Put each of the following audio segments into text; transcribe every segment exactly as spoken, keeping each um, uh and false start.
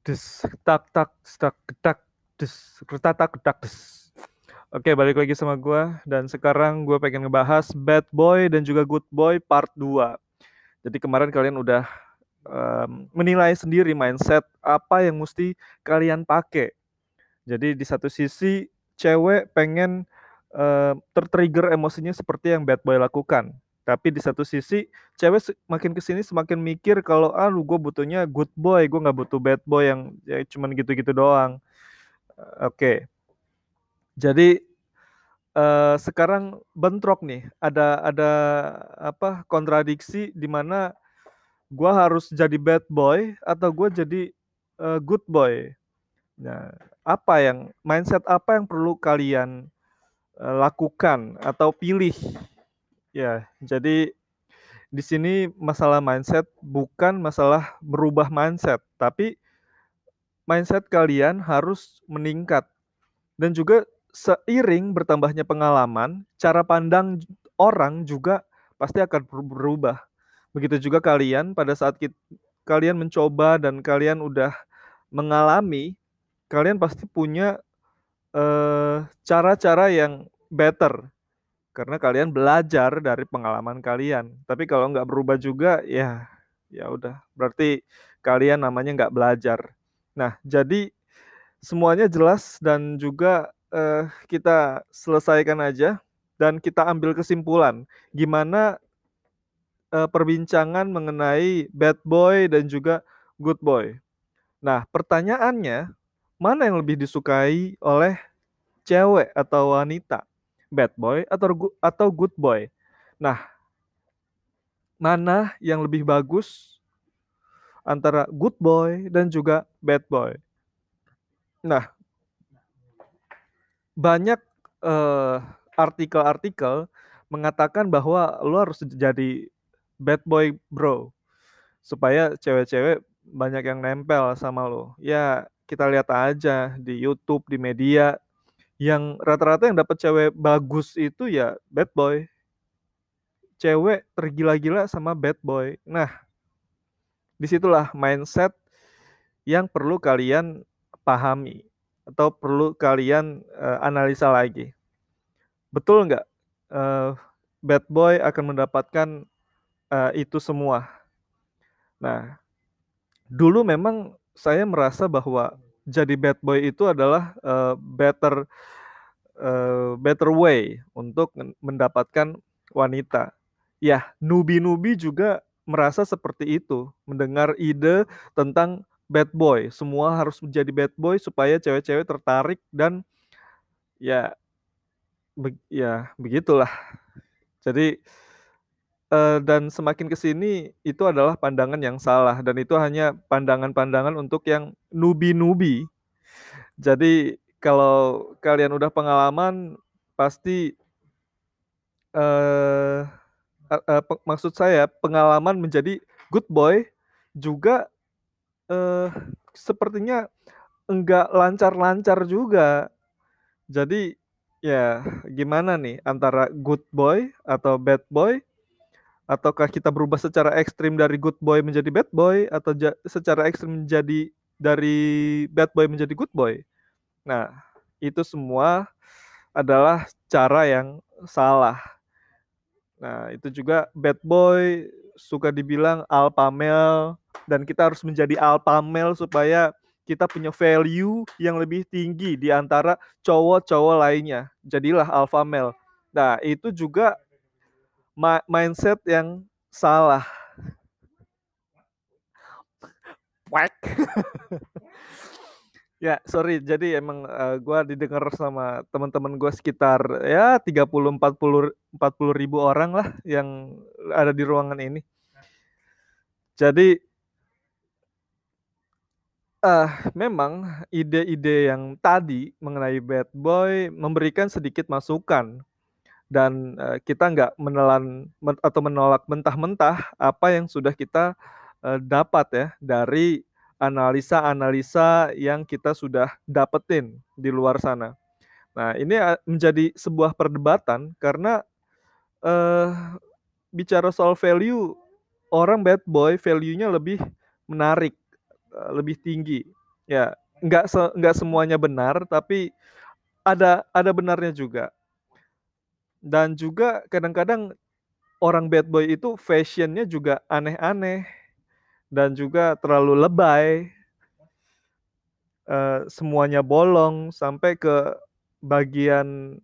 des, tak tak tak tak des, tak tak des. Oke, balik lagi sama gua dan sekarang gua pengen ngebahas Bad Boy dan juga Good Boy part dua. Jadi kemarin kalian udah em, menilai sendiri mindset apa yang mesti kalian pakai. Jadi di satu sisi cewek pengen eh, tertrigger emosinya seperti yang bad boy lakukan. Tapi di satu sisi cewek se- makin kesini semakin mikir kalau ah lu gue butuhnya good boy, gue nggak butuh bad boy yang ya, cuman gitu-gitu doang. Eh, Oke, jadi eh, sekarang bentrok nih. Ada ada apa kontradiksi di mana gue harus jadi bad boy atau gue jadi eh, good boy. Nah, apa yang mindset apa yang perlu kalian eh, lakukan atau pilih ya. Jadi di sini masalah mindset bukan masalah merubah mindset, tapi mindset kalian harus meningkat dan juga seiring bertambahnya pengalaman, cara pandang orang juga pasti akan berubah. Begitu juga kalian pada saat kit- kalian mencoba dan kalian udah mengalami, kalian pasti punya eh, cara-cara yang better karena kalian belajar dari pengalaman kalian. Tapi kalau nggak berubah juga, ya ya udah. Berarti kalian namanya nggak belajar. Nah, jadi semuanya jelas dan juga eh, kita selesaikan aja dan kita ambil kesimpulan gimana eh, perbincangan mengenai bad boy dan juga good boy. Nah, pertanyaannya, mana yang lebih disukai oleh cewek atau wanita? Bad boy atau gu- atau good boy? Nah, mana yang lebih bagus antara good boy dan juga bad boy? Nah, banyak eh, artikel-artikel mengatakan bahwa lo harus jadi bad boy bro supaya cewek-cewek banyak yang nempel sama lo. Ya, kita lihat aja di YouTube, di media yang rata-rata yang dapat cewek bagus itu ya bad boy. Cewek tergila-gila sama bad boy. Nah, disitulah mindset yang perlu kalian pahami atau perlu kalian eh, analisa lagi. Betul nggak? Eh, bad boy akan mendapatkan eh, itu semua. Nah, dulu memang saya merasa bahwa jadi bad boy itu adalah eh, better eh, better way untuk mendapatkan wanita. Ya, nubi-nubi juga merasa seperti itu, mendengar ide tentang bad boy. Semua harus menjadi bad boy supaya cewek-cewek tertarik dan ya be- ya begitulah. Jadi eh, dan semakin ke sini itu adalah pandangan yang salah dan itu hanya pandangan-pandangan untuk yang nubi-nubi. Jadi kalau kalian udah pengalaman pasti eh eh, eh, pe- maksud saya pengalaman menjadi good boy juga eh sepertinya enggak lancar-lancar juga. Jadi ya gimana nih antara good boy atau bad boy? Ataukah kita berubah secara ekstrim dari good boy menjadi bad boy atau ja- secara ekstrim menjadi dari bad boy menjadi good boy? Nah, itu semua adalah cara yang salah. Nah, itu juga bad boy suka dibilang alpha male dan kita harus menjadi alpha male supaya kita punya value yang lebih tinggi di antara cowok-cowok lainnya. Jadilah alpha male. Nah, itu juga ma- mindset yang salah. Whack. Ya, sorry. Jadi emang eh, gua didengar sama teman-teman gua sekitar ya tiga puluh empat puluh empat puluh ribu orang lah yang ada di ruangan ini. Jadi eh memang ide-ide yang tadi mengenai bad boy memberikan sedikit masukan dan eh, kita nggak menelan men- atau menolak mentah-mentah apa yang sudah kita eh, dapat ya dari analisa-analisa yang kita sudah dapetin di luar sana. Nah, ini eh, menjadi sebuah perdebatan karena eh, bicara soal value, orang bad boy value-nya lebih menarik, eh, lebih tinggi. Ya, nggak se nggak semuanya benar, tapi ada ada benarnya juga. Dan juga kadang-kadang orang bad boy itu fashion-nya juga aneh-aneh dan juga terlalu lebay. Uh, semuanya bolong sampai ke bagian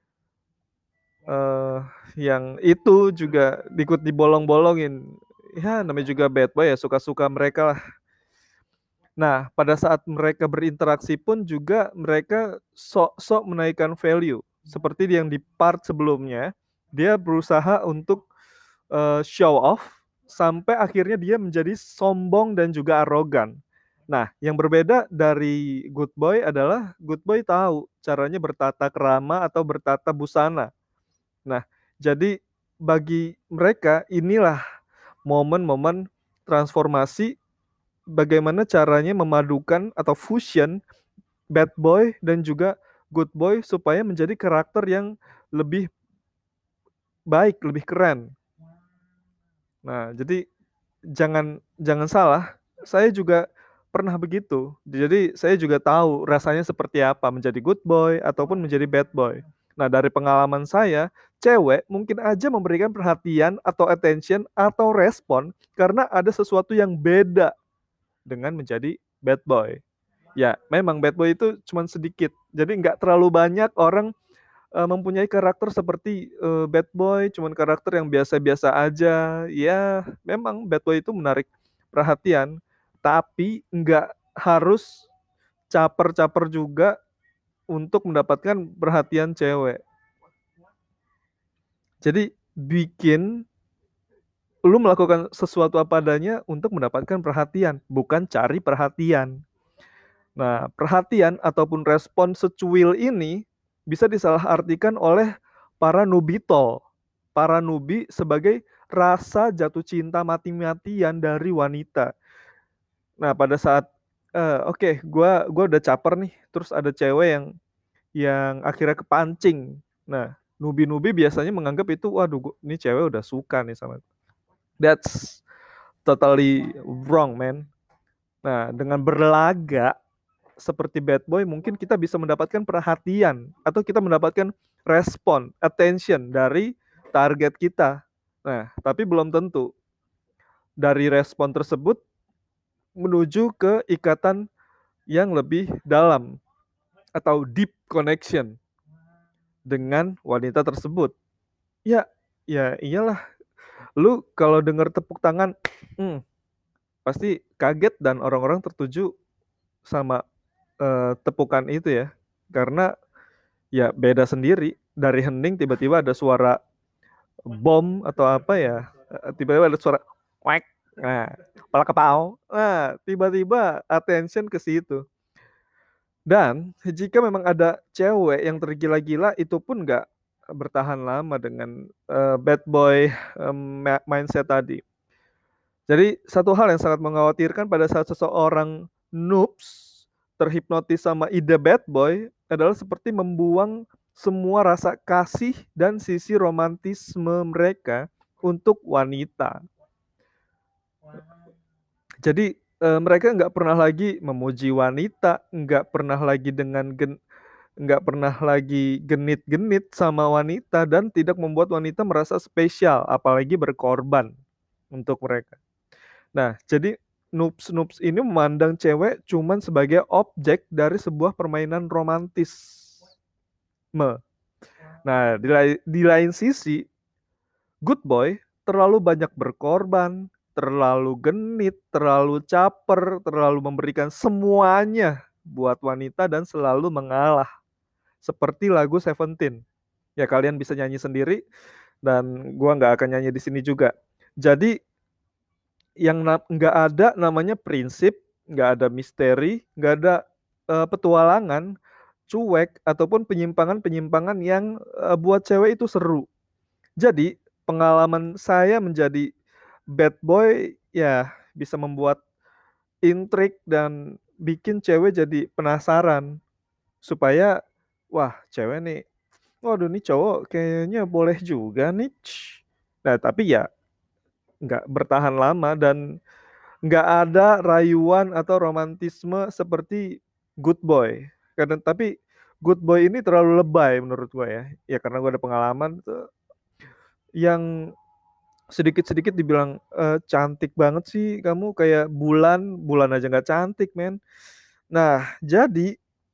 uh, yang itu juga ikut dibolong-bolongin. Ya, namanya juga bad boy ya, suka-suka mereka lah. Nah, pada saat mereka berinteraksi pun juga mereka sok-sok menaikkan value. Seperti yang di part sebelumnya, dia berusaha untuk uh, show off sampai akhirnya dia menjadi sombong dan juga arogan. Nah, yang berbeda dari Good Boy adalah Good Boy tahu caranya bertata krama atau bertata busana. Nah, jadi bagi mereka inilah momen-momen transformasi bagaimana caranya memadukan atau fusion bad boy dan juga good boy supaya menjadi karakter yang lebih baik, lebih keren. Nah, jadi jangan jangan salah, saya juga pernah begitu. Jadi saya juga tahu rasanya seperti apa menjadi good boy ataupun menjadi bad boy. Nah, dari pengalaman saya, cewek mungkin aja memberikan perhatian atau attention atau respon karena ada sesuatu yang beda dengan menjadi bad boy. Ya, memang bad boy itu cuma sedikit. Jadi nggak terlalu banyak orang uh, mempunyai karakter seperti uh, bad boy, cuman karakter yang biasa-biasa aja. Ya, memang bad boy itu menarik perhatian, tapi nggak harus caper-caper juga untuk mendapatkan perhatian cewek. Jadi bikin lu melakukan sesuatu apa adanya untuk mendapatkan perhatian, bukan cari perhatian. Nah, perhatian ataupun respon secuil ini bisa disalahartikan oleh para nubitol. Para nubi sebagai rasa jatuh cinta mati-matian dari wanita. Nah, pada saat uh, oke, okay, gua gua udah caper nih, terus ada cewek yang yang akhirnya kepancing. Nah, nubi-nubi biasanya menganggap itu, waduh, gua, ini cewek udah suka nih sama. That's totally wrong, man. Nah, dengan berlagak seperti bad boy mungkin kita bisa mendapatkan perhatian atau kita mendapatkan respon, attention dari target kita. Nah, tapi belum tentu dari respon tersebut menuju ke ikatan yang lebih dalam atau deep connection dengan wanita tersebut. Ya, ya iyalah. Lu kalau dengar tepuk tangan, hmm, pasti kaget dan orang-orang tertuju sama uh, tepukan itu ya. Karena ya beda sendiri. Dari hening tiba-tiba ada suara bom atau apa ya, tiba-tiba ada suara wek, nah kepala kepau, nah tiba-tiba attention ke situ. Dan jika memang ada cewek yang tergila-gila, itu pun nggak bertahan lama dengan uh, bad boy um, mindset tadi. Jadi satu hal yang sangat mengkhawatirkan pada saat seseorang noobs terhipnotis sama ide bad boy adalah seperti membuang semua rasa kasih dan sisi romantisme mereka untuk wanita. Jadi eh, mereka nggak pernah lagi memuji wanita, nggak pernah lagi dengan gen, nggak pernah lagi genit-genit sama wanita dan tidak membuat wanita merasa spesial, apalagi berkorban untuk mereka. Nah, jadi noobs-noobs ini memandang cewek cuman sebagai objek dari sebuah permainan romantis. Nah, di, lai- di lain sisi, good boy terlalu banyak berkorban, terlalu genit, terlalu caper, terlalu memberikan semuanya buat wanita dan selalu mengalah. Seperti lagu Seventeen. Ya, kalian bisa nyanyi sendiri dan gua nggak akan nyanyi di sini juga. Jadi yang nggak ada namanya prinsip, nggak ada misteri, nggak ada uh, petualangan, cuek ataupun penyimpangan-penyimpangan yang uh, buat cewek itu seru. Jadi pengalaman saya menjadi bad boy ya bisa membuat intrik dan bikin cewek jadi penasaran supaya wah cewek nih, waduh nih cowok kayaknya boleh juga nih. Nah tapi ya nggak bertahan lama dan nggak ada rayuan atau romantisme seperti Good Boy. Karena tapi Good Boy ini terlalu lebay menurut gue ya. Ya karena gue ada pengalaman tuh yang sedikit-sedikit dibilang "Eh, cantik banget sih kamu kayak bulan, bulan aja nggak cantik men." Nah, jadi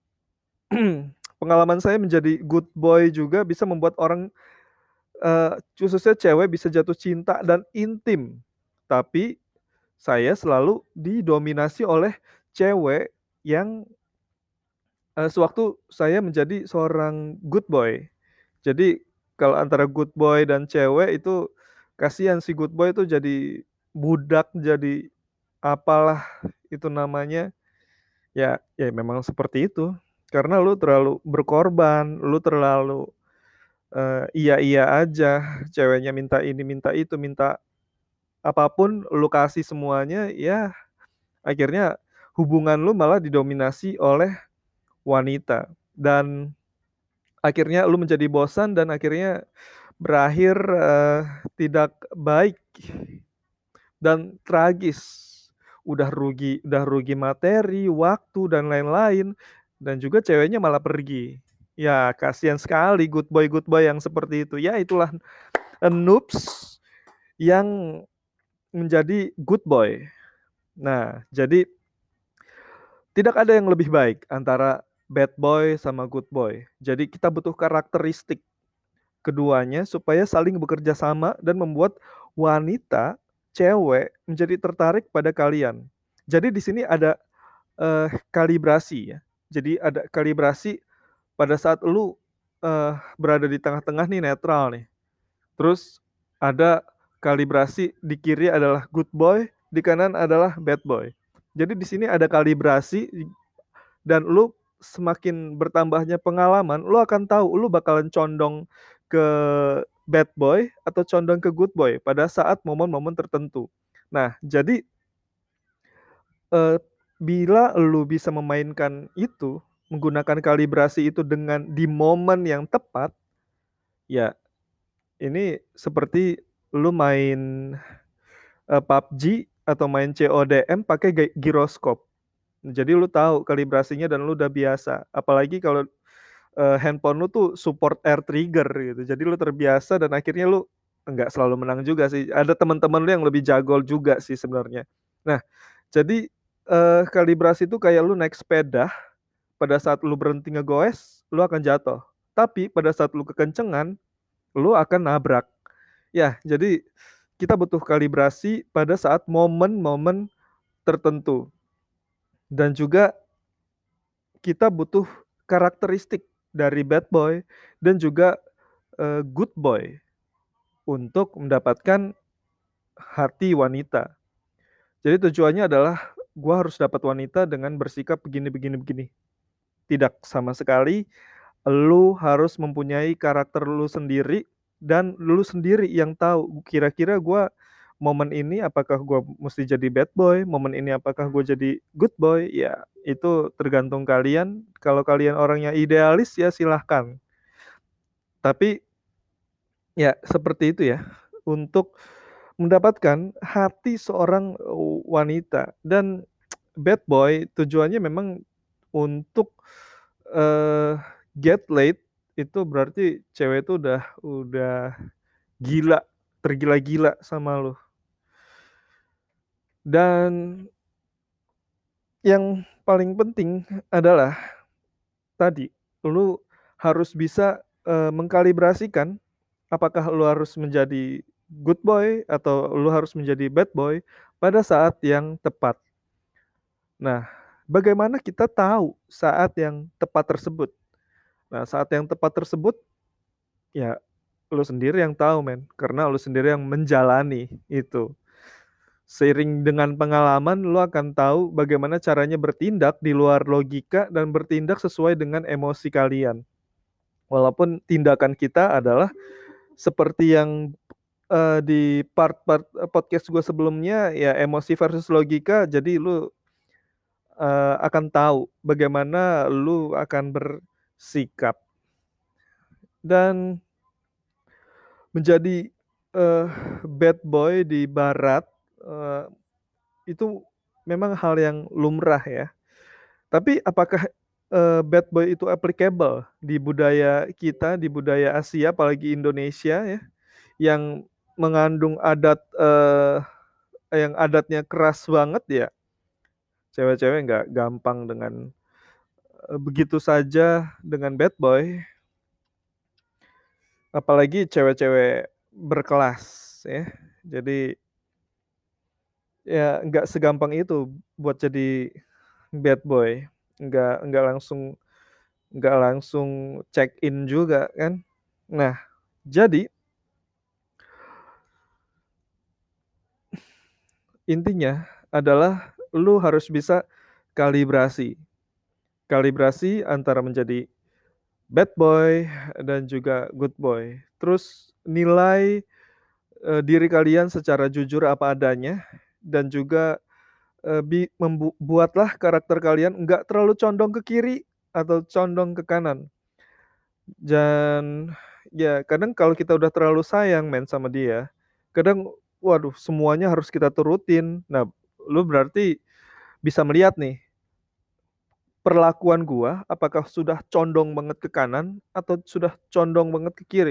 pengalaman saya menjadi good boy juga bisa membuat orang eh, khususnya cewek bisa jatuh cinta dan intim. Tapi saya selalu didominasi oleh cewek yang eh, sewaktu saya menjadi seorang good boy. Jadi kalau antara good boy dan cewek itu kasihan si good boy itu jadi budak, jadi apalah itu namanya. Ya, ya memang seperti itu. Karena lu terlalu berkorban, lu terlalu eh, iya-iya aja. Ceweknya minta ini, minta itu, minta apapun, lu kasih semuanya, ya akhirnya hubungan lu malah didominasi oleh wanita. Dan akhirnya lu menjadi bosan dan akhirnya berakhir eh, tidak baik dan tragis. Udah rugi, udah rugi materi, waktu dan lain-lain dan juga ceweknya malah pergi. Ya, kasihan sekali good boy good boy yang seperti itu. Ya, itulah noobs yang menjadi good boy. Nah, jadi tidak ada yang lebih baik antara bad boy sama good boy. Jadi kita butuh karakteristik keduanya supaya saling bekerja sama dan membuat wanita, cewek menjadi tertarik pada kalian. Jadi di sini ada eh, kalibrasi ya. Jadi ada kalibrasi pada saat lu eh, berada di tengah-tengah nih netral nih. Terus ada kalibrasi di kiri adalah good boy, di kanan adalah bad boy. Jadi di sini ada kalibrasi dan lu semakin bertambahnya pengalaman, lu akan tahu lu bakalan condong ke bad boy atau condong ke good boy pada saat momen-momen tertentu. Nah, jadi eh, bila lu bisa memainkan itu, menggunakan kalibrasi itu dengan di momen yang tepat, ya ini seperti lu main eh, P U B G atau main C O D M pakai gy- giroskop. Jadi lu tahu kalibrasinya dan lu udah biasa. Apalagi kalau eh, handphone lu tuh support air trigger gitu. Jadi lu terbiasa dan akhirnya lu enggak selalu menang juga sih. Ada teman-teman lu yang lebih jago juga sih sebenarnya. Nah, jadi eh, kalibrasi itu kayak lu naik sepeda, pada saat lu berhenti ngegoes, lu akan jatuh. Tapi pada saat lu kekencengan, lu akan nabrak. Ya, jadi kita butuh kalibrasi pada saat momen-momen tertentu. Dan juga kita butuh karakteristik dari bad boy dan juga eh, good boy untuk mendapatkan hati wanita. Jadi tujuannya adalah gua harus dapat wanita dengan bersikap begini begini begini. Tidak sama sekali, lu harus mempunyai karakter lu sendiri dan lu sendiri yang tahu kira-kira gua momen ini apakah gua mesti jadi bad boy, momen ini apakah gua jadi good boy. Ya itu tergantung kalian. Kalau kalian orangnya idealis ya silahkan. Tapi ya seperti itu ya untuk mendapatkan hati seorang uh, wanita. Dan bad boy tujuannya memang untuk eh, get laid, itu berarti cewek itu udah udah gila, tergila-gila sama lu. Dan yang paling penting adalah tadi lu harus bisa eh, mengkalibrasikan apakah lu harus menjadi good boy atau lu harus menjadi bad boy pada saat yang tepat. Nah, bagaimana kita tahu saat yang tepat tersebut? Nah, saat yang tepat tersebut ya lu sendiri yang tahu men, karena lu sendiri yang menjalani itu. Seiring dengan pengalaman lu akan tahu bagaimana caranya bertindak di luar logika dan bertindak sesuai dengan emosi kalian. Walaupun tindakan kita adalah seperti yang eh, di part-part eh, podcast gue sebelumnya ya emosi versus logika, jadi lu eh, akan tahu bagaimana lu akan bersikap. Dan menjadi eh, bad boy di barat, eh, itu memang hal yang lumrah ya. Tapi apakah uh, bad boy itu applicable di budaya kita, di budaya Asia, apalagi Indonesia ya, yang mengandung adat uh, yang adatnya keras banget ya. Cewek-cewek nggak gampang dengan uh, begitu saja dengan bad boy, apalagi cewek-cewek berkelas ya. Jadi ya nggak segampang itu buat jadi bad boy, nggak nggak langsung nggak langsung check in juga kan. Nah, jadi intinya adalah lu harus bisa kalibrasi. Kalibrasi antara menjadi bad boy dan juga good boy. Terus nilai uh, diri kalian secara jujur apa adanya dan juga uh, bi- membuatlah karakter kalian nggak terlalu condong ke kiri atau condong ke kanan. Dan ya kadang kalau kita udah terlalu sayang main sama dia, kadang waduh semuanya harus kita turutin. Nah, lu berarti bisa melihat nih perlakuan gua apakah sudah condong banget ke kanan atau sudah condong banget ke kiri.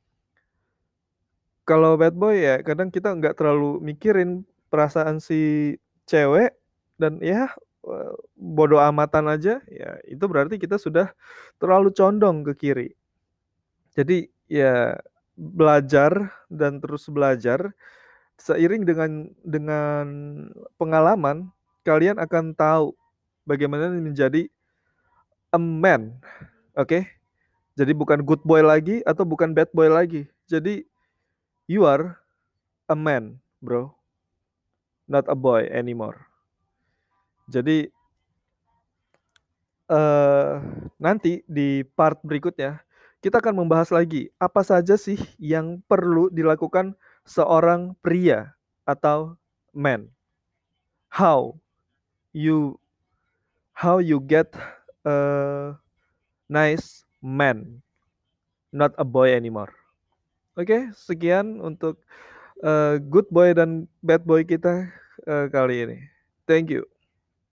Kalau bad boy ya kadang kita nggak terlalu mikirin perasaan si cewek dan ya eh, bodoh amatan aja ya itu berarti kita sudah terlalu condong ke kiri. Jadi ya belajar dan terus belajar seiring dengan dengan pengalaman kalian akan tahu bagaimana menjadi a man, oke? Okay? Jadi bukan good boy lagi atau bukan bad boy lagi. Jadi you are a man, bro, not a boy anymore. Jadi eh nanti di part berikutnya kita akan membahas lagi apa saja sih yang perlu dilakukan seorang pria atau man. How you how you get a nice man, not a boy anymore. Oke, okay, sekian untuk uh, good boy dan bad boy kita uh, kali ini. Thank you.